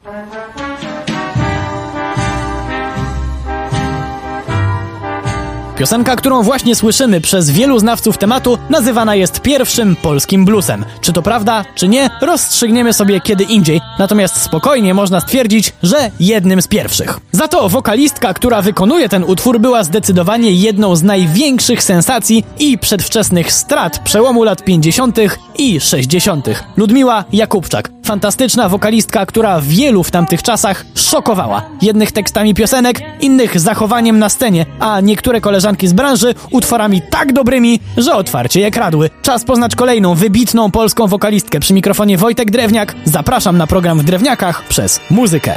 Piosenka, którą właśnie słyszymy, przez wielu znawców tematu nazywana jest pierwszym polskim bluesem. Czy to prawda, czy nie, rozstrzygniemy sobie kiedy indziej, natomiast spokojnie można stwierdzić, że jednym z pierwszych. Za to wokalistka, która wykonuje ten utwór, była zdecydowanie jedną z największych sensacji i przedwczesnych strat przełomu lat 50. i 60. Ludmiła Jakubczak. Fantastyczna wokalistka, która wielu w tamtych czasach szokowała. Jednych tekstami piosenek, innych zachowaniem na scenie, a niektóre koleżanki z branży utworami tak dobrymi, że otwarcie je kradły. Czas poznać kolejną wybitną polską wokalistkę. Przy mikrofonie Wojtek Drewniak. Zapraszam na program W Drewniakach przez muzykę.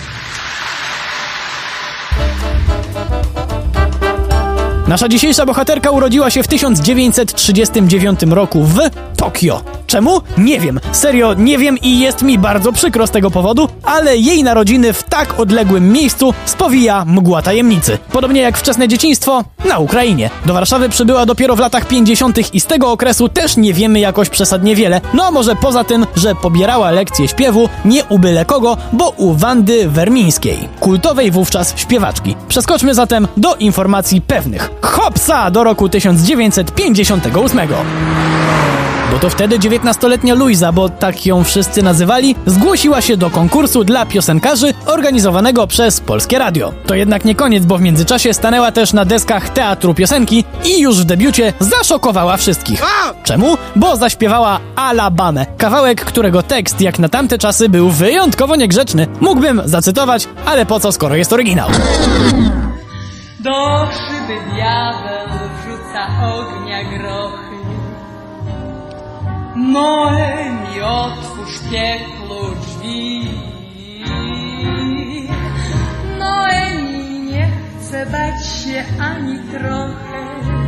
Nasza dzisiejsza bohaterka urodziła się w 1939 roku w Tokio. Czemu? Nie wiem. Serio, nie wiem i jest mi bardzo przykro z tego powodu, ale jej narodziny w tak odległym miejscu spowija mgła tajemnicy. Podobnie jak wczesne dzieciństwo na Ukrainie. Do Warszawy przybyła dopiero w latach 50. i z tego okresu też nie wiemy jakoś przesadnie wiele. No a może poza tym, że pobierała lekcje śpiewu nie u byle kogo, bo u Wandy Wermińskiej, kultowej wówczas śpiewaczki. Przeskoczmy zatem do informacji pewnych. Hopsa! Do roku 1958. Bo to wtedy 19-letnia Luiza, bo tak ją wszyscy nazywali, zgłosiła się do konkursu dla piosenkarzy organizowanego przez Polskie Radio. To jednak nie koniec, bo w międzyczasie stanęła też na deskach Teatru Piosenki i już w debiucie zaszokowała wszystkich. Czemu? Bo zaśpiewała Alabamę. Kawałek, którego tekst jak na tamte czasy był wyjątkowo niegrzeczny. Mógłbym zacytować, ale po co, skoro jest oryginał. Do szyby diabeł wrzuca ognia grochy. Noemi, otwórz pieklu drzwi. Noemi nie chce bać się ani trochę.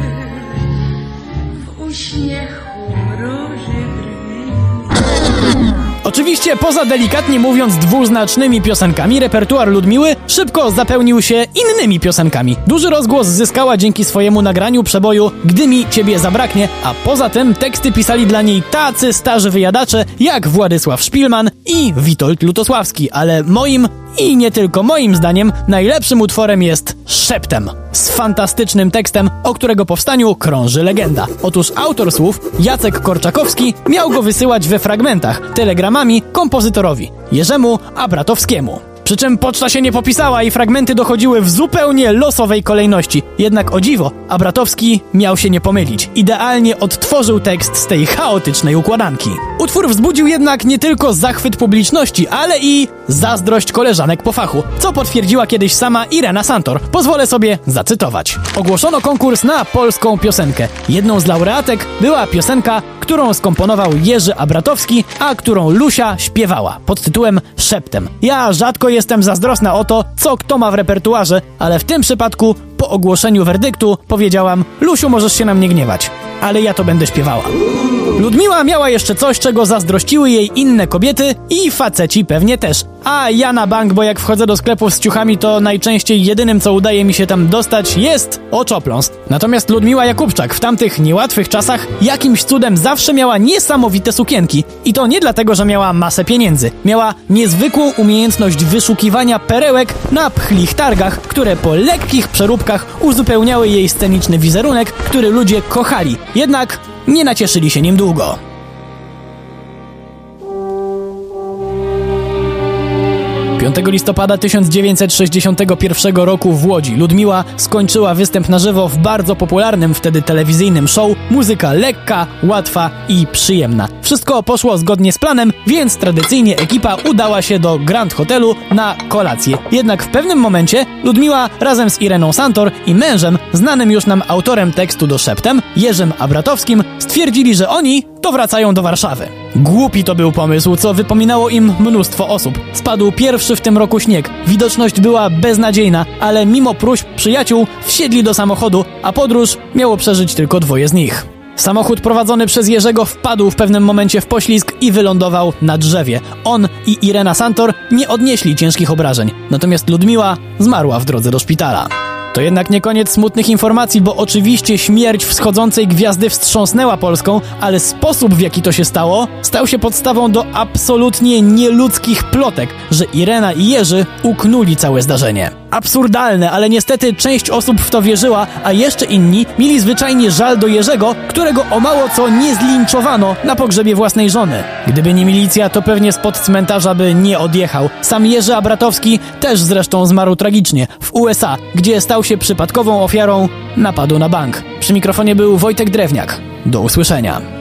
W uśmiechu mruży brwi. Oczywiście poza delikatnie mówiąc dwuznacznymi piosenkami, repertuar Ludmiły szybko zapełnił się innymi piosenkami. Duży rozgłos zyskała dzięki swojemu nagraniu przeboju Gdy mi ciebie zabraknie, a poza tym teksty pisali dla niej tacy starzy wyjadacze jak Władysław Szpilman i Witold Lutosławski, ale moim i nie tylko moim zdaniem najlepszym utworem jest Szeptem. Z fantastycznym tekstem, o którego powstaniu krąży legenda. Otóż autor słów, Jacek Korczakowski, miał go wysyłać we fragmentach, telegramami kompozytorowi, Jerzemu Abratowskiemu. Przy czym poczta się nie popisała i fragmenty dochodziły w zupełnie losowej kolejności. Jednak o dziwo, Abratowski miał się nie pomylić. Idealnie odtworzył tekst z tej chaotycznej układanki. Utwór wzbudził jednak nie tylko zachwyt publiczności, ale i zazdrość koleżanek po fachu, co potwierdziła kiedyś sama Irena Santor. Pozwolę sobie zacytować. Ogłoszono konkurs na polską piosenkę. Jedną z laureatek była piosenka, którą skomponował Jerzy Abratowski, a którą Lusia śpiewała pod tytułem Szeptem. Ja rzadko jestem zazdrosna o to, co kto ma w repertuarze, ale w tym przypadku po ogłoszeniu werdyktu powiedziałam: Lusiu, możesz się na mnie gniewać, ale ja to będę śpiewała. Ludmiła miała jeszcze coś, czego zazdrościły jej inne kobiety i faceci pewnie też. A ja na bank, bo jak wchodzę do sklepów z ciuchami, to najczęściej jedynym, co udaje mi się tam dostać, jest oczopląs. Natomiast Ludmiła Jakubczak w tamtych niełatwych czasach jakimś cudem zawsze miała niesamowite sukienki. I to nie dlatego, że miała masę pieniędzy. Miała niezwykłą umiejętność wyszukiwania perełek na pchlich targach, które po lekkich przeróbkach uzupełniały jej sceniczny wizerunek, który ludzie kochali. Jednak nie nacieszyli się nim długo. Piątego listopada 1961 roku w Łodzi Ludmiła skończyła występ na żywo w bardzo popularnym wtedy telewizyjnym show. Muzyka lekka, łatwa i przyjemna. Wszystko poszło zgodnie z planem, więc tradycyjnie ekipa udała się do Grand Hotelu na kolację. Jednak w pewnym momencie Ludmiła razem z Ireną Santor i mężem, znanym już nam autorem tekstu do Szeptem, Jerzym Abratowskim, stwierdzili, że oni to wracają do Warszawy. Głupi to był pomysł, co wypominało im mnóstwo osób. Spadł pierwszy w tym roku śnieg. Widoczność była beznadziejna, ale mimo próśb przyjaciół wsiedli do samochodu, a podróż miało przeżyć tylko dwoje z nich. Samochód prowadzony przez Jerzego wpadł w pewnym momencie w poślizg i wylądował na drzewie. On i Irena Santor nie odnieśli ciężkich obrażeń, natomiast Ludmiła zmarła w drodze do szpitala. To jednak nie koniec smutnych informacji, bo oczywiście śmierć wschodzącej gwiazdy wstrząsnęła Polską, ale sposób, w jaki to się stało, stał się podstawą do absolutnie nieludzkich plotek, że Irena i Jerzy uknuli całe zdarzenie. Absurdalne, ale niestety część osób w to wierzyła, a jeszcze inni mieli zwyczajnie żal do Jerzego, którego o mało co nie zlinczowano na pogrzebie własnej żony. Gdyby nie milicja, to pewnie spod cmentarza by nie odjechał. Sam Jerzy Abratowski też zresztą zmarł tragicznie w USA, gdzie stał się przypadkową ofiarą napadu na bank. Przy mikrofonie był Wojtek Drewniak. Do usłyszenia.